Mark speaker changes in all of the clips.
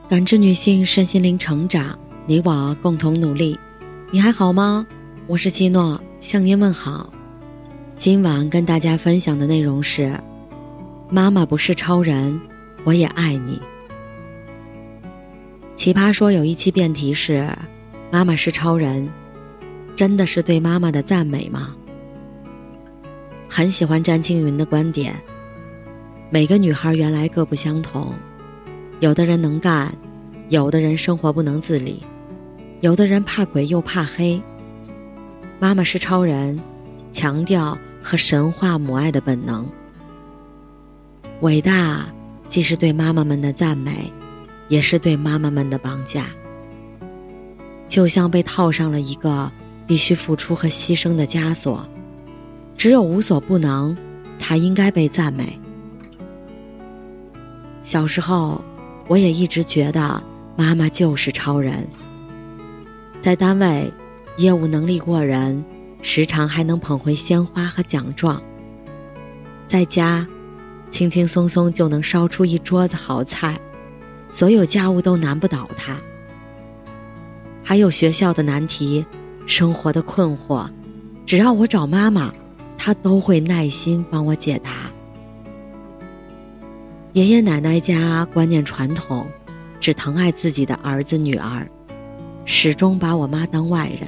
Speaker 1: 感知女性身心灵成长，你我共同努力。你还好吗？我是七诺，向您问好。今晚跟大家分享的内容是：妈妈不是超人，我也爱你。奇葩说有一期辩题是：妈妈是超人，真的是对妈妈的赞美吗？很喜欢詹青云的观点，每个女孩原来各不相同，有的人能干，有的人生活不能自理，有的人怕鬼又怕黑。妈妈是超人，强调和神化母爱的本能。伟大既是对妈妈们的赞美，也是对妈妈们的绑架，就像被套上了一个必须付出和牺牲的枷锁，只有无所不能才应该被赞美。小时候我也一直觉得妈妈就是超人，在单位业务能力过人，时常还能捧回鲜花和奖状，在家轻轻松松就能烧出一桌子好菜，所有家务都难不倒她。还有学校的难题，生活的困惑，只要我找妈妈，她都会耐心帮我解答。爷爷奶奶家观念传统，只疼爱自己的儿子女儿，始终把我妈当外人。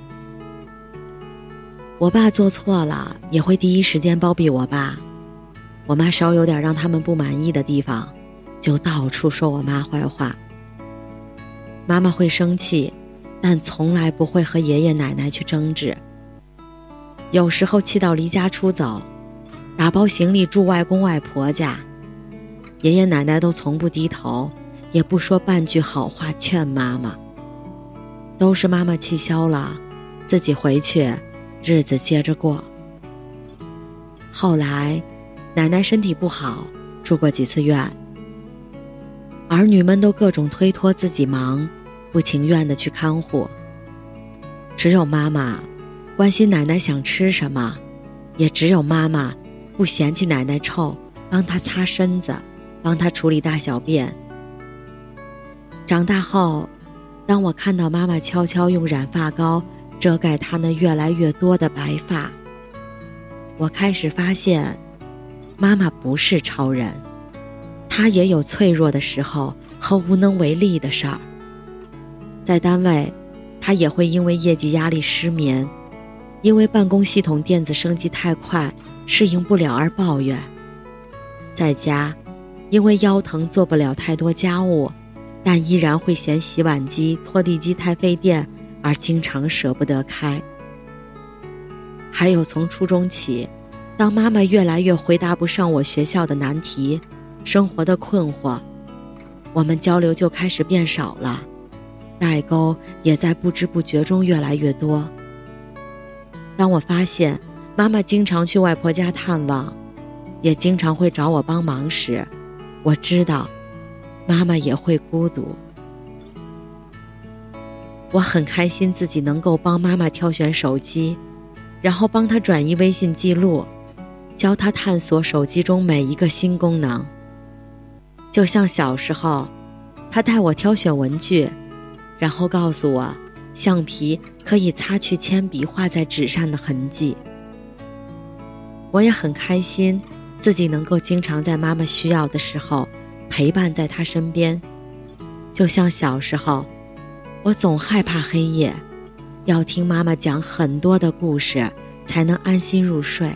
Speaker 1: 我爸做错了也会第一时间包庇我爸，我妈稍有点让他们不满意的地方，就到处说我妈坏话。妈妈会生气，但从来不会和爷爷奶奶去争执，有时候气到离家出走，打包行李住外公外婆家，爷爷奶奶都从不低头，也不说半句好话劝妈妈，都是妈妈气消了，自己回去，日子接着过。后来奶奶身体不好，住过几次院，儿女们都各种推脱自己忙，不情愿地去看护，只有妈妈关心奶奶想吃什么，也只有妈妈不嫌弃奶奶臭，帮她擦身子，帮她处理大小便。长大后，当我看到妈妈悄悄用染发膏遮盖她那越来越多的白发，我开始发现妈妈不是超人，她也有脆弱的时候和无能为力的事儿。在单位，她也会因为业绩压力失眠，因为办公系统电子升级太快适应不了而抱怨。在家，因为腰疼做不了太多家务，但依然会嫌洗碗机、拖地机太费电而经常舍不得开。还有从初中起，当妈妈越来越回答不上我学校的难题，生活的困惑，我们交流就开始变少了，代沟也在不知不觉中越来越多。当我发现妈妈经常去外婆家探望，也经常会找我帮忙时，我知道妈妈也会孤独。我很开心自己能够帮妈妈挑选手机，然后帮她转移微信记录，教她探索手机中每一个新功能。就像小时候，她带我挑选文具，然后告诉我橡皮可以擦去铅笔画在纸上的痕迹。我也很开心自己能够经常在妈妈需要的时候陪伴在她身边。就像小时候，我总害怕黑夜，要听妈妈讲很多的故事才能安心入睡。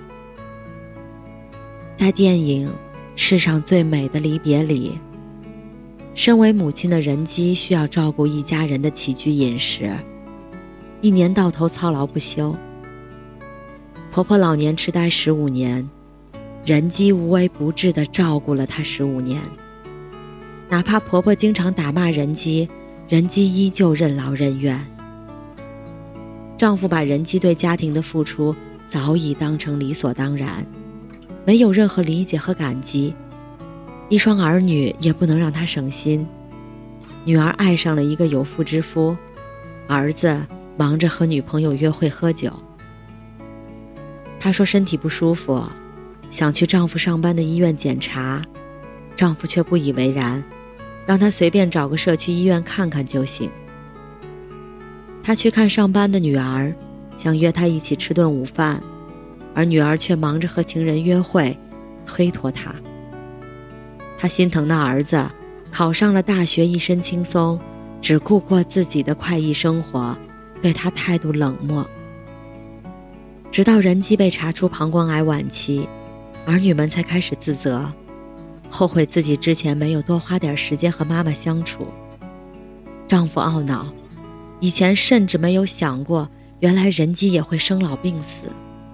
Speaker 1: 在电影《世上最美的离别》里，身为母亲的人姬需要照顾一家人的起居饮食，一年到头操劳不休。婆婆老年痴呆15年，人姬无微不至地照顾了她15年。哪怕婆婆经常打骂人姬，人姬依旧任劳任怨。丈夫把人姬对家庭的付出早已当成理所当然，没有任何理解和感激。一双儿女也不能让他省心，女儿爱上了一个有妇之夫，儿子忙着和女朋友约会喝酒。她说身体不舒服，想去丈夫上班的医院检查，丈夫却不以为然， 让他随便找个社区医院看看就行。他去看上班的女儿，想约她一起吃顿午饭，而女儿却忙着和情人约会，推脱他。他心疼的儿子考上了大学，一身轻松，只顾过自己的快意生活，对他态度冷漠。直到人姬被查出膀胱癌晚期，儿女们才开始自责，后悔自己之前没有多花点时间和妈妈相处。丈夫懊恼，以前甚至没有想过，原来人姬也会生老病死。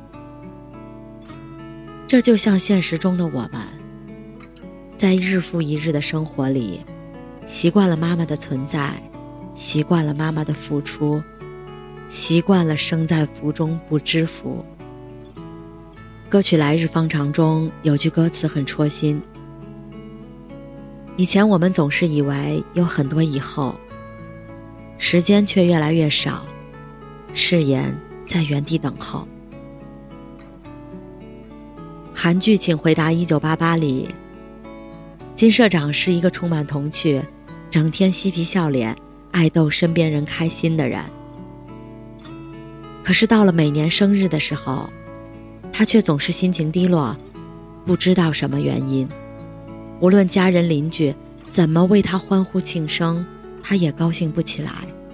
Speaker 1: 这就像现实中的我们，在日复一日的生活里，习惯了妈妈的存在，习惯了妈妈的付出，习惯了生在福中不知福。歌曲《来日方长》中有句歌词很戳心，以前我们总是以为有很多以后，时间却越来越少，誓言在原地等候。韩剧《请回答1988》里，金社长是一个充满童趣，整天嬉皮笑脸，爱逗身边人开心的人。可是到了每年生日的时候，他却总是心情低落，不知道什么原因。无论家人邻居怎么为他欢呼庆生，他也高兴不起来。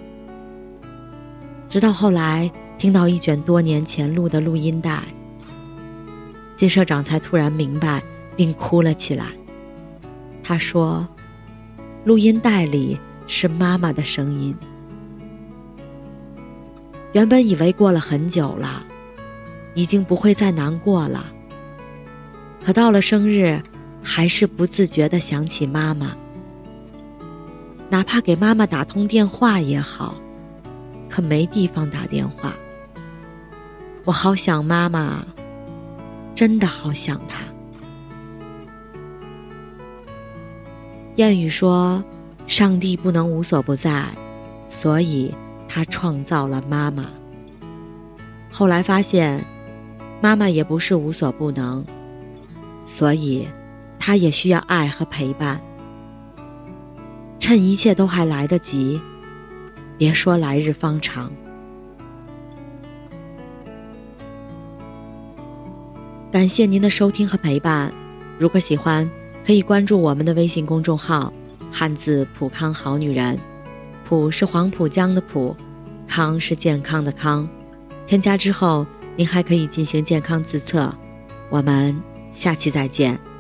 Speaker 1: 直到后来听到一卷多年前录的录音带，金社长才突然明白，并哭了起来。他说，录音带里是妈妈的声音。原本以为过了很久了，已经不会再难过了，可到了生日，还是不自觉地想起妈妈。哪怕给妈妈打通电话也好，可没地方打电话。我好想妈妈，真的好想她。谚语说，上帝不能无所不在，所以他创造了妈妈。后来发现，妈妈也不是无所不能，所以她也需要爱和陪伴。趁一切都还来得及，别说来日方长。感谢您的收听和陪伴，如果喜欢，可以关注我们的微信公众号汉字普康好女人，普是黄浦江的浦，康是健康的康。添加之后，您还可以进行健康自测。我们下期再见。